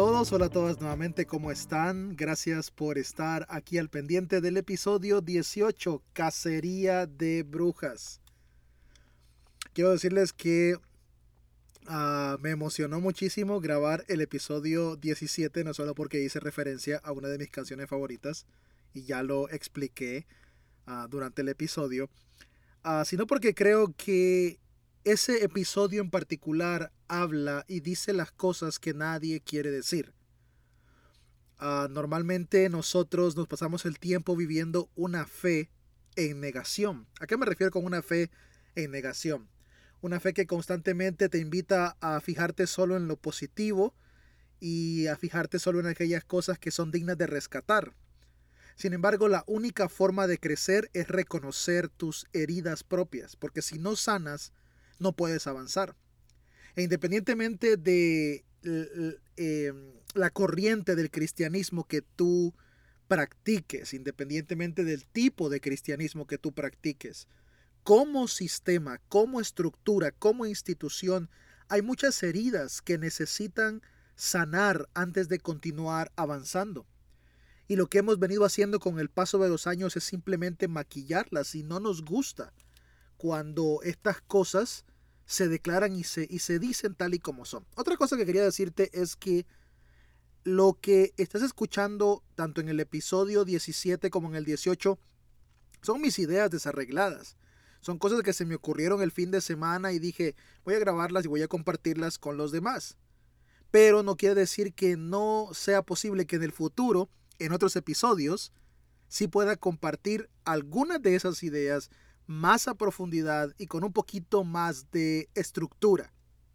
todos, hola a todas nuevamente, ¿cómo están? Gracias por estar aquí al pendiente del episodio 18, Cacería de Brujas. Quiero decirles que me emocionó muchísimo grabar el episodio 17, no solo porque hice referencia a una de mis canciones favoritas, y ya lo expliqué durante el episodio, sino porque creo que ese episodio en particular habla y dice las cosas que nadie quiere decir. Normalmente nosotros nos pasamos el tiempo viviendo una fe en negación. ¿A qué me refiero con una fe en negación? Una fe que constantemente te invita a fijarte solo en lo positivo y a fijarte solo en aquellas cosas que son dignas de rescatar. Sin embargo, la única forma de crecer es reconocer tus heridas propias, porque si no sanas, no puedes avanzar. E independientemente de la corriente del cristianismo que tú practiques, independientemente del tipo de cristianismo que tú practiques, como sistema, como estructura, como institución, hay muchas heridas que necesitan sanar antes de continuar avanzando. Y lo que hemos venido haciendo con el paso de los años es simplemente maquillarlas, y no nos gusta cuando estas cosas se declaran y se dicen tal y como son. Otra cosa que quería decirte es que lo que estás escuchando tanto en el episodio 17 como en el 18 son mis ideas desarregladas. Son cosas que se me ocurrieron el fin de semana y dije, voy a grabarlas y voy a compartirlas con los demás. Pero no quiere decir que no sea posible que en el futuro, en otros episodios, sí pueda compartir algunas de esas ideas más a profundidad y con un poquito más de estructura.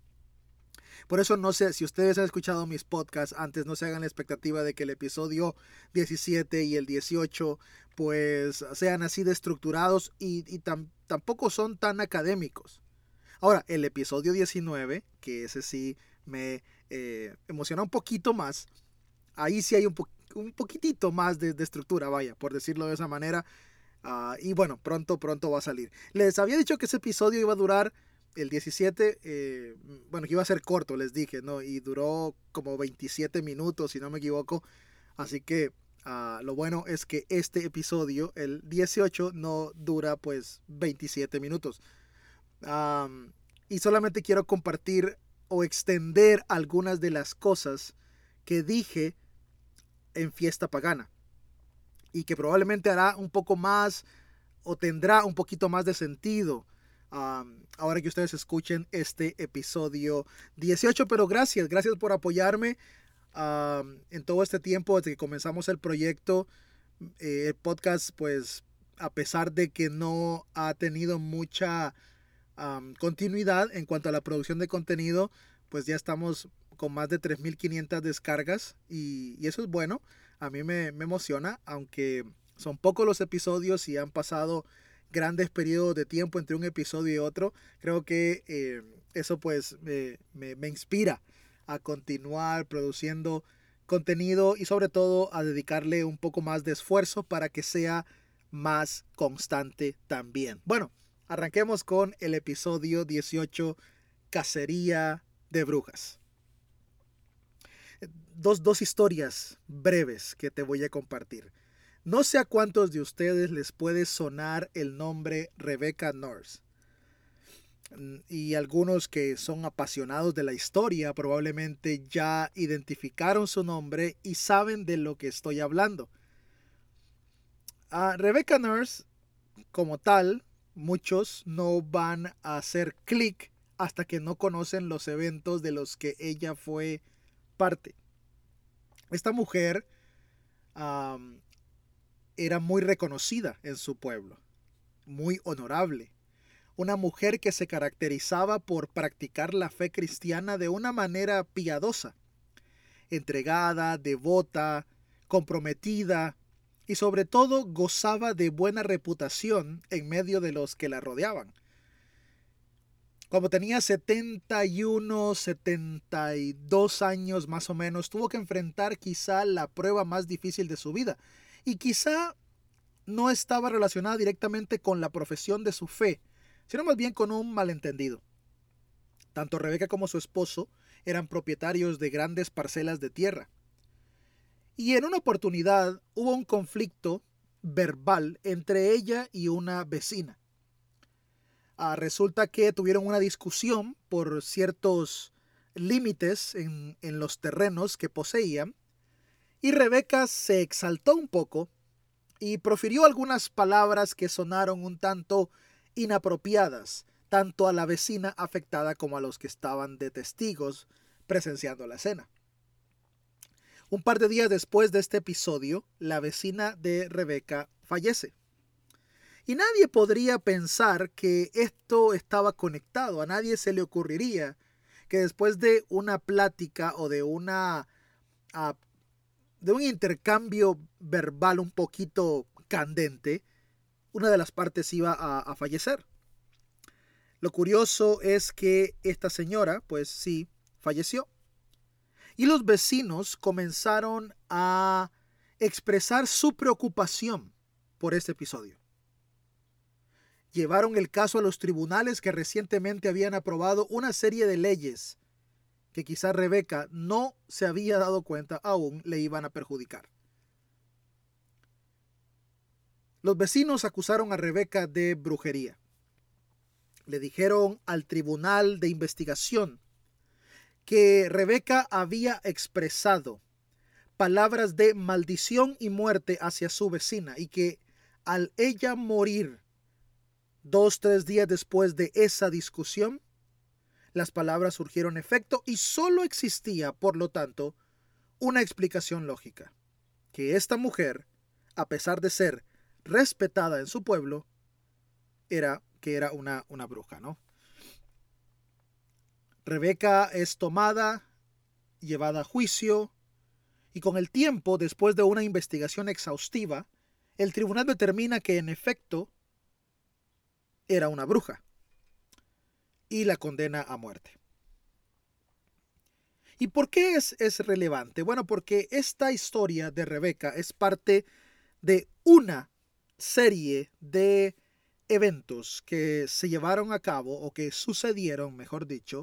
Por eso no sé, si ustedes han escuchado mis podcasts antes, no se hagan la expectativa de que el episodio 17 y el 18 pues sean así de estructurados y tampoco son tan académicos. Ahora, el episodio 19, que ese sí me emociona un poquito más, ahí sí hay un poquitito más de estructura, vaya, por decirlo de esa manera. Y bueno, pronto va a salir. Les había dicho que ese episodio iba a durar el 17, bueno, que iba a ser corto, les dije, ¿no? Y duró como 27 minutos, si no me equivoco. Así que lo bueno es que este episodio, el 18, no dura pues 27 minutos. Y solamente quiero compartir o extender algunas de las cosas que dije en Fiesta Pagana, y que probablemente hará un poco más o tendrá un poquito más de sentido ahora que ustedes escuchen este episodio 18. Pero gracias por apoyarme en todo este tiempo desde que comenzamos el proyecto. El podcast, pues a pesar de que no ha tenido mucha continuidad en cuanto a la producción de contenido, pues ya estamos con más de 3,500 descargas y eso es bueno. A mí me emociona, aunque son pocos los episodios y han pasado grandes periodos de tiempo entre un episodio y otro. Creo que eso pues me inspira a continuar produciendo contenido y sobre todo a dedicarle un poco más de esfuerzo para que sea más constante también. Bueno, arranquemos con el episodio 18, Cacería de Brujas. Dos historias breves que te voy a compartir. No sé a cuántos de ustedes les puede sonar el nombre Rebecca Nurse. Y algunos que son apasionados de la historia probablemente ya identificaron su nombre y saben de lo que estoy hablando. Rebecca Nurse, como tal, muchos no van a hacer clic hasta que no conocen los eventos de los que ella fue parte. Esta mujer era muy reconocida en su pueblo, muy honorable. Una mujer que se caracterizaba por practicar la fe cristiana de una manera piadosa, entregada, devota, comprometida y sobre todo gozaba de buena reputación en medio de los que la rodeaban. Cuando tenía 71, 72 años más o menos, tuvo que enfrentar quizá la prueba más difícil de su vida. Y quizá no estaba relacionada directamente con la profesión de su fe, sino más bien con un malentendido. Tanto Rebeca como su esposo eran propietarios de grandes parcelas de tierra. Y en una oportunidad hubo un conflicto verbal entre ella y una vecina. Resulta que tuvieron una discusión por ciertos límites en los terrenos que poseían, y Rebeca se exaltó un poco y profirió algunas palabras que sonaron un tanto inapropiadas, tanto a la vecina afectada como a los que estaban de testigos presenciando la escena. Un par de días después de este episodio, la vecina de Rebeca fallece. Y nadie podría pensar que esto estaba conectado. A nadie se le ocurriría que después de una plática o de un intercambio verbal un poquito candente, una de las partes iba a fallecer. Lo curioso es que esta señora, pues sí, falleció. Y los vecinos comenzaron a expresar su preocupación por este episodio. Llevaron el caso a los tribunales, que recientemente habían aprobado una serie de leyes que quizás Rebeca no se había dado cuenta aún le iban a perjudicar. Los vecinos acusaron a Rebeca de brujería. Le dijeron al tribunal de investigación que Rebeca había expresado palabras de maldición y muerte hacia su vecina, y que al ella morir 2-3 días después de esa discusión, las palabras surgieron efecto y solo existía, por lo tanto, una explicación lógica: que esta mujer, a pesar de ser respetada en su pueblo, era una bruja, ¿no? Rebeca es tomada, llevada a juicio, y con el tiempo, después de una investigación exhaustiva, el tribunal determina que en efecto era una bruja y la condena a muerte. ¿Y por qué es relevante? Bueno, porque esta historia de Rebeca es parte de una serie de eventos que se llevaron a cabo, o que sucedieron, mejor dicho,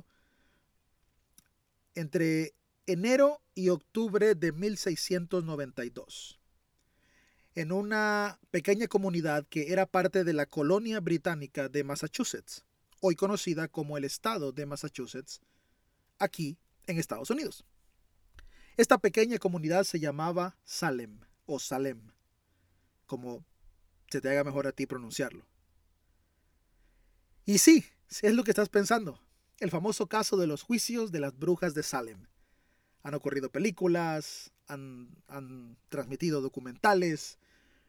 entre enero y octubre de 1692. En una pequeña comunidad que era parte de la colonia británica de Massachusetts, hoy conocida como el estado de Massachusetts, aquí en Estados Unidos. Esta pequeña comunidad se llamaba Salem, o Salem, como se te haga mejor a ti pronunciarlo. Y sí, es lo que estás pensando: el famoso caso de los juicios de las brujas de Salem. Han ocurrido películas, han transmitido documentales,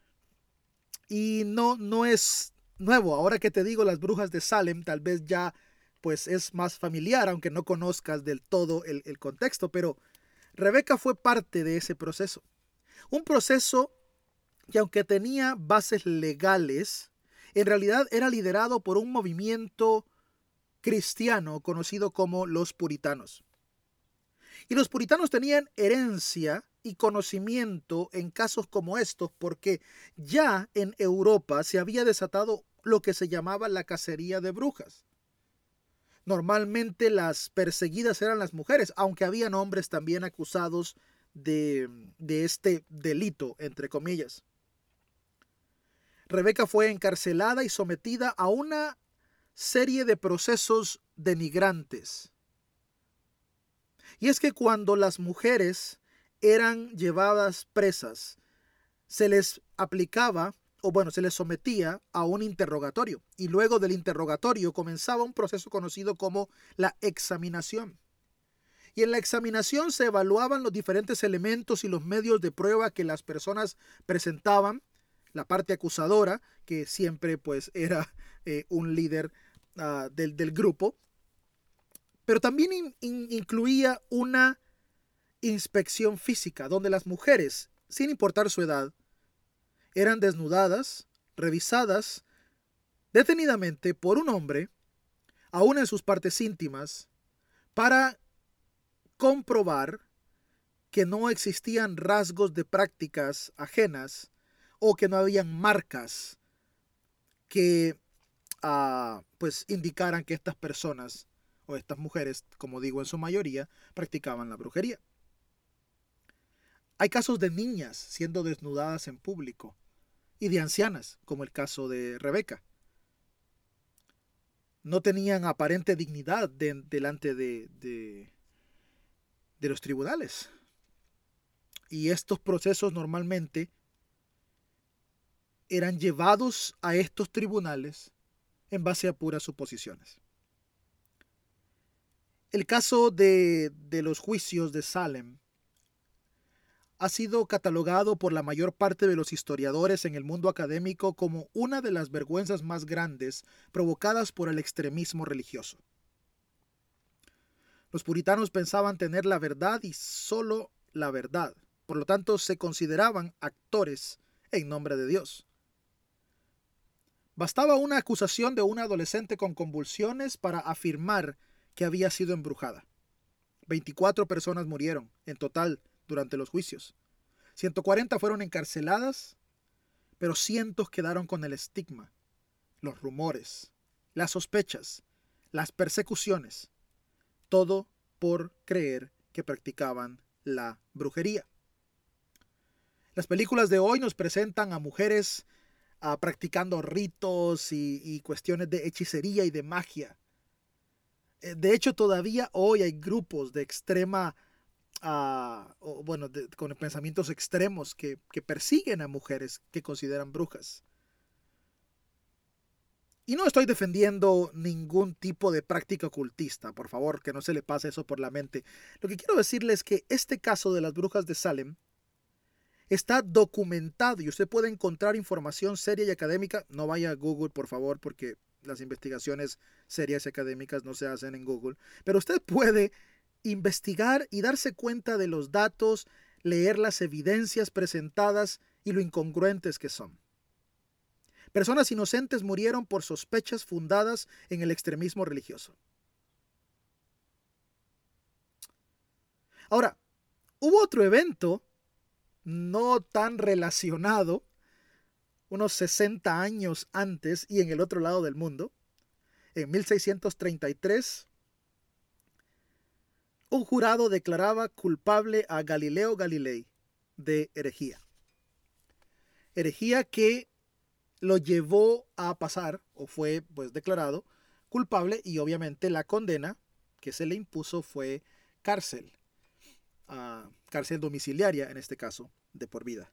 y no es nuevo. Ahora que te digo las brujas de Salem, tal vez ya pues es más familiar, aunque no conozcas del todo el contexto, pero Rebeca fue parte de ese proceso. Un proceso que, aunque tenía bases legales, en realidad era liderado por un movimiento cristiano conocido como los puritanos. Y los puritanos tenían herencia y conocimiento en casos como estos, porque ya en Europa se había desatado lo que se llamaba la cacería de brujas. Normalmente las perseguidas eran las mujeres, aunque habían hombres también acusados de este delito, entre comillas. Rebeca fue encarcelada y sometida a una serie de procesos denigrantes. Y es que cuando las mujeres eran llevadas presas, se les aplicaba, se les sometía a un interrogatorio. Y luego del interrogatorio comenzaba un proceso conocido como la examinación. Y en la examinación se evaluaban los diferentes elementos y los medios de prueba que las personas presentaban. La parte acusadora, que siempre pues era un líder del grupo. Pero también incluía una inspección física, donde las mujeres, sin importar su edad, eran desnudadas, revisadas detenidamente por un hombre, aún en sus partes íntimas, para comprobar que no existían rasgos de prácticas ajenas, o que no habían marcas que pues indicaran que estas personas o estas mujeres, como digo en su mayoría, practicaban la brujería. Hay casos de niñas siendo desnudadas en público y de ancianas, como el caso de Rebeca. No tenían aparente dignidad delante de los tribunales. Y estos procesos normalmente eran llevados a estos tribunales en base a puras suposiciones. El caso de los juicios de Salem ha sido catalogado por la mayor parte de los historiadores en el mundo académico como una de las vergüenzas más grandes provocadas por el extremismo religioso. Los puritanos pensaban tener la verdad y solo la verdad. Por lo tanto, se consideraban actores en nombre de Dios. Bastaba una acusación de una adolescente con convulsiones para afirmar que había sido embrujada. 24 personas murieron en total durante los juicios. 140 fueron encarceladas, pero cientos quedaron con el estigma, los rumores, las sospechas, las persecuciones, todo por creer que practicaban la brujería. Las películas de hoy nos presentan a mujeres practicando ritos y cuestiones de hechicería y de magia. De hecho, todavía hoy hay grupos de extrema, con pensamientos extremos que persiguen a mujeres que consideran brujas. Y no estoy defendiendo ningún tipo de práctica ocultista, por favor, que no se le pase eso por la mente. Lo que quiero decirles es que este caso de las brujas de Salem está documentado y usted puede encontrar información seria y académica. No vaya a Google, por favor, porque las investigaciones serias y académicas no se hacen en Google. Pero usted puede investigar y darse cuenta de los datos, leer las evidencias presentadas y lo incongruentes que son. Personas inocentes murieron por sospechas fundadas en el extremismo religioso. Ahora, hubo otro evento no tan relacionado, unos 60 años antes y en el otro lado del mundo. En 1633, un jurado declaraba culpable a Galileo Galilei de herejía. Herejía que lo llevó a pasar, o fue pues declarado culpable, y obviamente la condena que se le impuso fue cárcel. Cárcel domiciliaria en este caso, de por vida.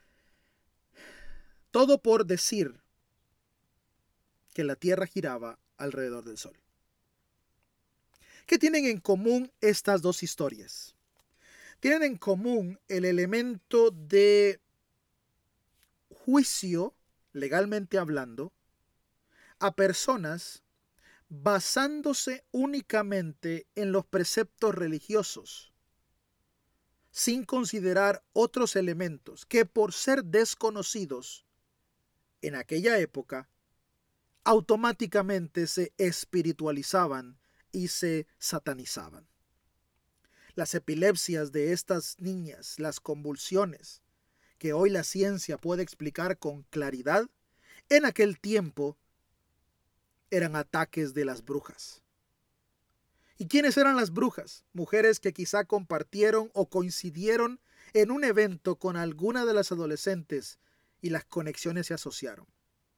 Todo por decir que la Tierra giraba alrededor del Sol. ¿Qué tienen en común estas dos historias? Tienen en común el elemento de juicio, legalmente hablando, a personas basándose únicamente en los preceptos religiosos, sin considerar otros elementos que, por ser desconocidos en aquella época, automáticamente se espiritualizaban y se satanizaban. Las epilepsias de estas niñas, las convulsiones, que hoy la ciencia puede explicar con claridad, en aquel tiempo eran ataques de las brujas. ¿Y quiénes eran las brujas? Mujeres que quizá compartieron o coincidieron en un evento con alguna de las adolescentes y las conexiones se asociaron.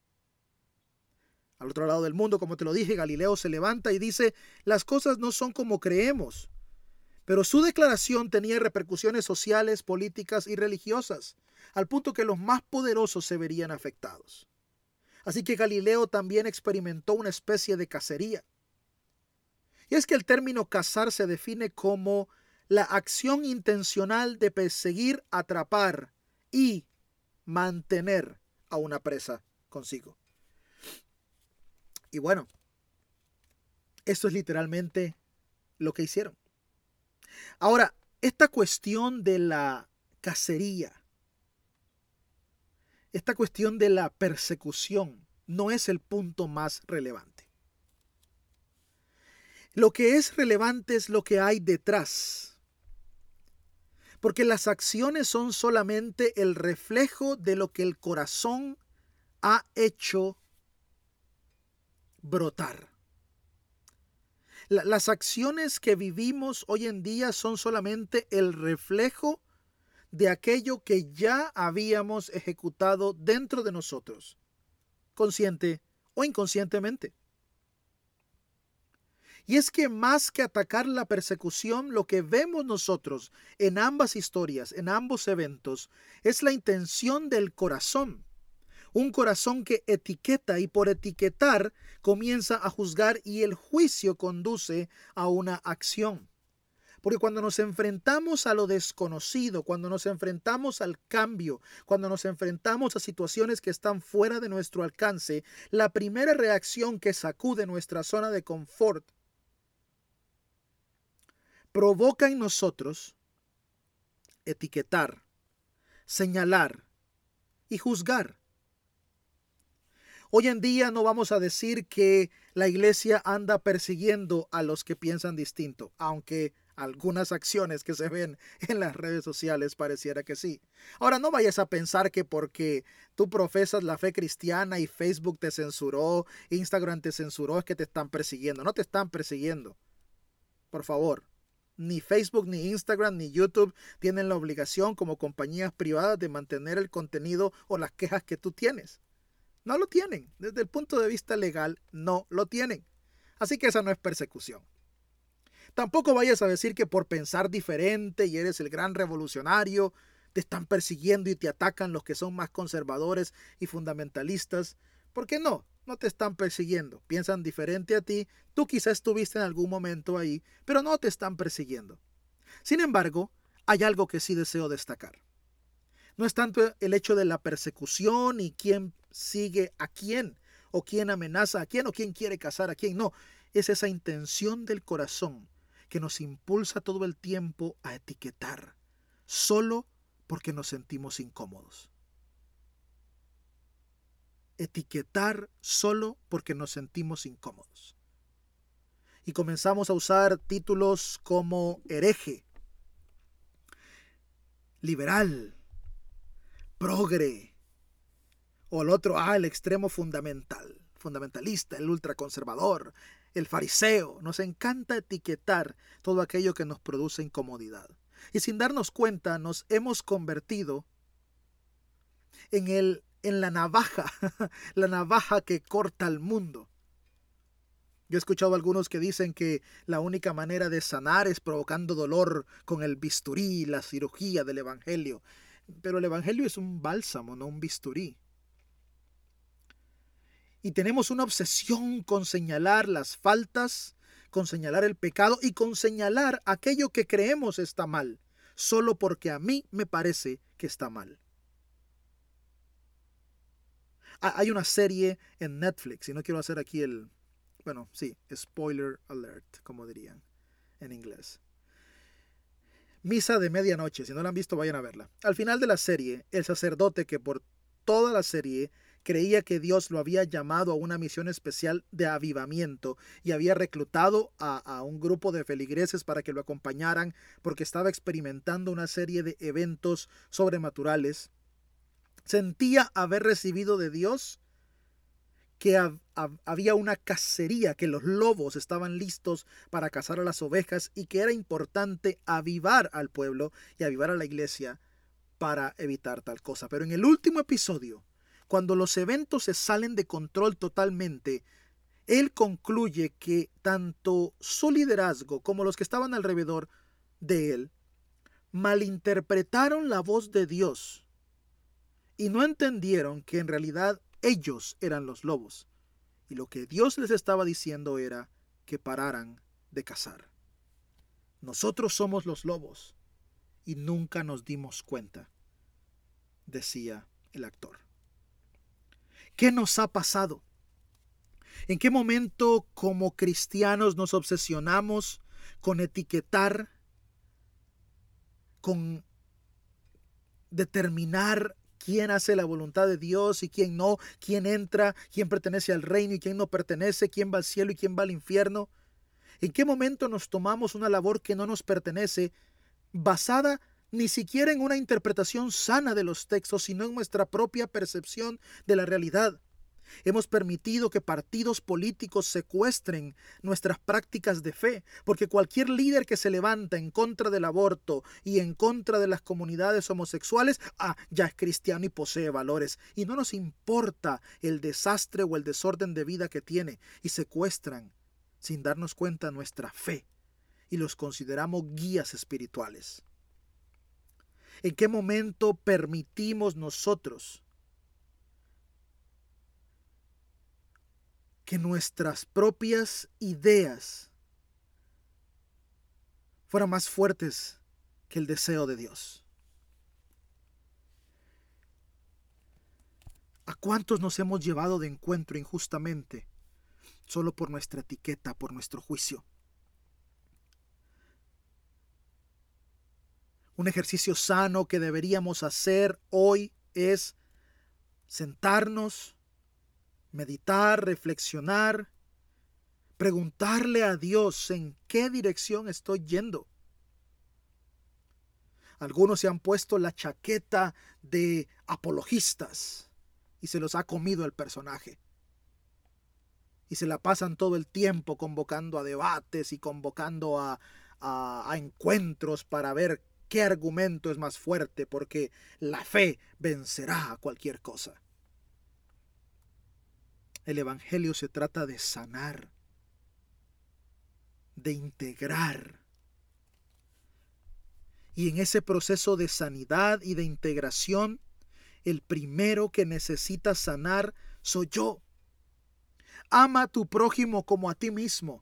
Al otro lado del mundo, como te lo dije, Galileo se levanta y dice: las cosas no son como creemos. Pero su declaración tenía repercusiones sociales, políticas y religiosas, al punto que los más poderosos se verían afectados. Así que Galileo también experimentó una especie de cacería. Y es que el término cazar se define como la acción intencional de perseguir, atrapar y mantener a una presa consigo. Y bueno, esto es literalmente lo que hicieron. Ahora, esta cuestión de la cacería, esta cuestión de la persecución, no es el punto más relevante. Lo que es relevante es lo que hay detrás, porque las acciones son solamente el reflejo de lo que el corazón ha hecho brotar. Las acciones que vivimos hoy en día son solamente el reflejo de aquello que ya habíamos ejecutado dentro de nosotros, consciente o inconscientemente. Y es que más que atacar la persecución, lo que vemos nosotros en ambas historias, en ambos eventos, es la intención del corazón. Un corazón que etiqueta y por etiquetar comienza a juzgar y el juicio conduce a una acción. Porque cuando nos enfrentamos a lo desconocido, cuando nos enfrentamos al cambio, cuando nos enfrentamos a situaciones que están fuera de nuestro alcance, la primera reacción que sacude nuestra zona de confort provoca en nosotros etiquetar, señalar y juzgar. Hoy en día no vamos a decir que la iglesia anda persiguiendo a los que piensan distinto, aunque algunas acciones que se ven en las redes sociales pareciera que sí. Ahora, no vayas a pensar que porque tú profesas la fe cristiana y Facebook te censuró, Instagram te censuró, es que te están persiguiendo. No te están persiguiendo. Por favor. Ni Facebook, ni Instagram, ni YouTube tienen la obligación como compañías privadas de mantener el contenido o las quejas que tú tienes. No lo tienen. Desde el punto de vista legal, no lo tienen. Así que esa no es persecución. Tampoco vayas a decir que por pensar diferente y eres el gran revolucionario, te están persiguiendo y te atacan los que son más conservadores y fundamentalistas. ¿Por qué no? No te están persiguiendo. Piensan diferente a ti. Tú quizás estuviste en algún momento ahí, pero no te están persiguiendo. Sin embargo, hay algo que sí deseo destacar. No es tanto el hecho de la persecución y quién sigue a quién, o quién amenaza a quién, o quién quiere casar a quién. No, es esa intención del corazón que nos impulsa todo el tiempo a etiquetar, solo porque nos sentimos incómodos. Etiquetar solo porque nos sentimos incómodos. Y comenzamos a usar títulos como hereje, liberal, progre, o el otro, el extremo fundamentalista, el ultraconservador, el fariseo. Nos encanta etiquetar todo aquello que nos produce incomodidad. Y sin darnos cuenta, nos hemos convertido en la navaja, la navaja que corta el mundo. Yo he escuchado a algunos que dicen que la única manera de sanar es provocando dolor con el bisturí, la cirugía del evangelio. Pero el evangelio es un bálsamo, no un bisturí. Y tenemos una obsesión con señalar las faltas, con señalar el pecado y con señalar aquello que creemos está mal, solo porque a mí me parece que está mal. Hay una serie en Netflix, y no quiero hacer aquí spoiler alert, como dirían en inglés. Misa de Medianoche, si no la han visto, vayan a verla. Al final de la serie, el sacerdote que por toda la serie creía que Dios lo había llamado a una misión especial de avivamiento y había reclutado a un grupo de feligreses para que lo acompañaran porque estaba experimentando una serie de eventos sobrenaturales. Sentía haber recibido de Dios que había una cacería, que los lobos estaban listos para cazar a las ovejas y que era importante avivar al pueblo y avivar a la iglesia para evitar tal cosa. Pero en el último episodio, cuando los eventos se salen de control totalmente, él concluye que tanto su liderazgo como los que estaban alrededor de él malinterpretaron la voz de Dios y no entendieron que en realidad ellos eran los lobos. Y lo que Dios les estaba diciendo era que pararan de cazar. Nosotros somos los lobos y nunca nos dimos cuenta, decía el actor. ¿Qué nos ha pasado? ¿En qué momento como cristianos nos obsesionamos con etiquetar, con determinar quién hace la voluntad de Dios y quién no, quién entra, quién pertenece al reino y quién no pertenece, quién va al cielo y quién va al infierno? ¿En qué momento nos tomamos una labor que no nos pertenece, basada ni siquiera en una interpretación sana de los textos, sino en nuestra propia percepción de la realidad? Hemos permitido que partidos políticos secuestren nuestras prácticas de fe, porque cualquier líder que se levanta en contra del aborto y en contra de las comunidades homosexuales, ya es cristiano y posee valores. Y no nos importa el desastre o el desorden de vida que tiene, y secuestran sin darnos cuenta nuestra fe y los consideramos guías espirituales. ¿En qué momento permitimos nosotros que nuestras propias ideas fueran más fuertes que el deseo de Dios? ¿A cuántos nos hemos llevado de encuentro injustamente solo por nuestra etiqueta, por nuestro juicio? Un ejercicio sano que deberíamos hacer hoy es sentarnos, meditar, reflexionar, preguntarle a Dios en qué dirección estoy yendo. Algunos se han puesto la chaqueta de apologistas y se los ha comido el personaje. Y se la pasan todo el tiempo convocando a debates y convocando a encuentros para ver qué argumento es más fuerte, porque la fe vencerá a cualquier cosa. El evangelio se trata de sanar, de integrar. Y en ese proceso de sanidad y de integración, el primero que necesita sanar soy yo. Ama a tu prójimo como a ti mismo.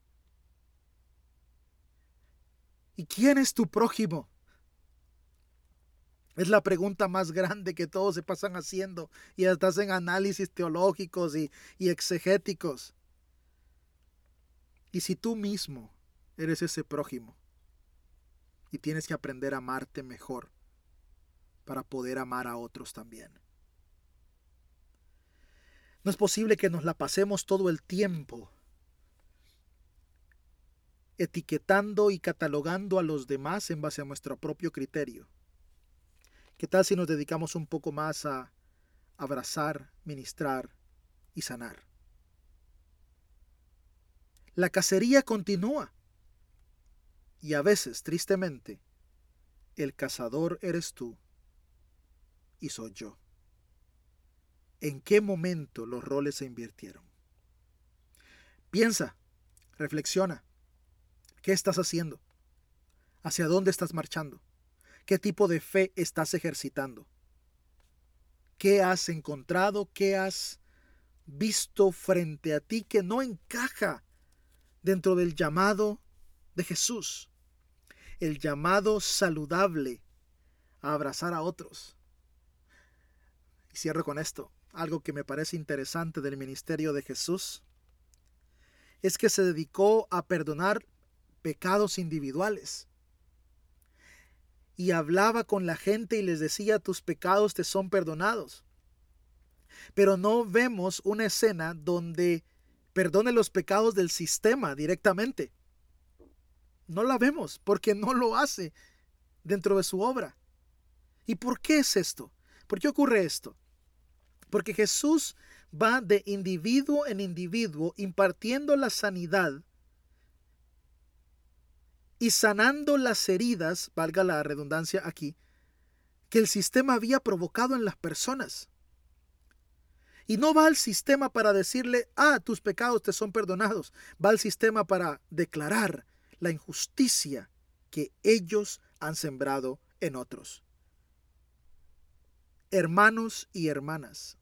¿Y quién es tu prójimo? Es la pregunta más grande que todos se pasan haciendo y hasta hacen análisis teológicos y exegéticos. Y si tú mismo eres ese prójimo y tienes que aprender a amarte mejor para poder amar a otros también. No es posible que nos la pasemos todo el tiempo etiquetando y catalogando a los demás en base a nuestro propio criterio. ¿Qué tal si nos dedicamos un poco más a abrazar, ministrar y sanar? La cacería continúa y a veces, tristemente, el cazador eres tú y soy yo. ¿En qué momento los roles se invirtieron? Piensa, reflexiona. ¿Qué estás haciendo? ¿Hacia dónde estás marchando? ¿Qué tipo de fe estás ejercitando? ¿Qué has encontrado? ¿Qué has visto frente a ti que no encaja dentro del llamado de Jesús? El llamado saludable a abrazar a otros. Y cierro con esto. Algo que me parece interesante del ministerio de Jesús es que se dedicó a perdonar pecados individuales. Y hablaba con la gente y les decía, tus pecados te son perdonados. Pero no vemos una escena donde perdone los pecados del sistema directamente. No la vemos porque no lo hace dentro de su obra. ¿Y por qué es esto? ¿Por qué ocurre esto? Porque Jesús va de individuo en individuo impartiendo la sanidad y sanando las heridas, valga la redundancia aquí, que el sistema había provocado en las personas. Y no va al sistema para decirle, tus pecados te son perdonados. Va al sistema para declarar la injusticia que ellos han sembrado en otros. Hermanos y hermanas,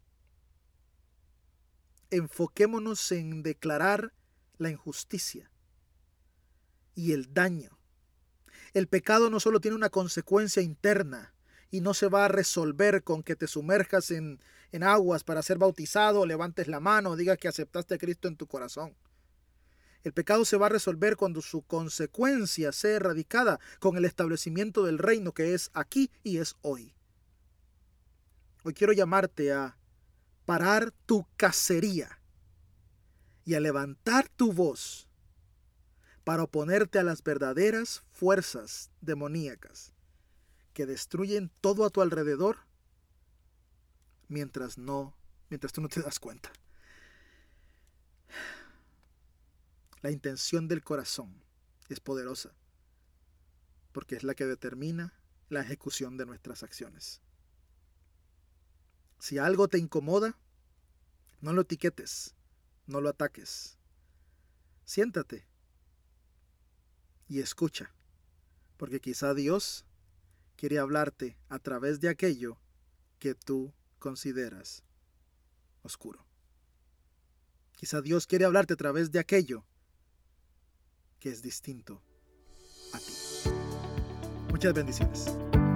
enfoquémonos en declarar la injusticia y el daño. El pecado no solo tiene una consecuencia interna y no se va a resolver con que te sumerjas en aguas para ser bautizado, levantes la mano, digas que aceptaste a Cristo en tu corazón. El pecado se va a resolver cuando su consecuencia sea erradicada con el establecimiento del reino que es aquí y es hoy. Hoy quiero llamarte a parar tu cacería y a levantar tu voz para oponerte a las verdaderas fuerzas demoníacas que destruyen todo a tu alrededor mientras no mientras tú no te das cuenta. La intención del corazón es poderosa, porque es la que determina la ejecución de nuestras acciones. Si algo te incomoda, no lo etiquetes, no lo ataques. Siéntate y escucha, porque quizá Dios quiere hablarte a través de aquello que tú consideras oscuro. Quizá Dios quiere hablarte a través de aquello que es distinto a ti. Muchas bendiciones.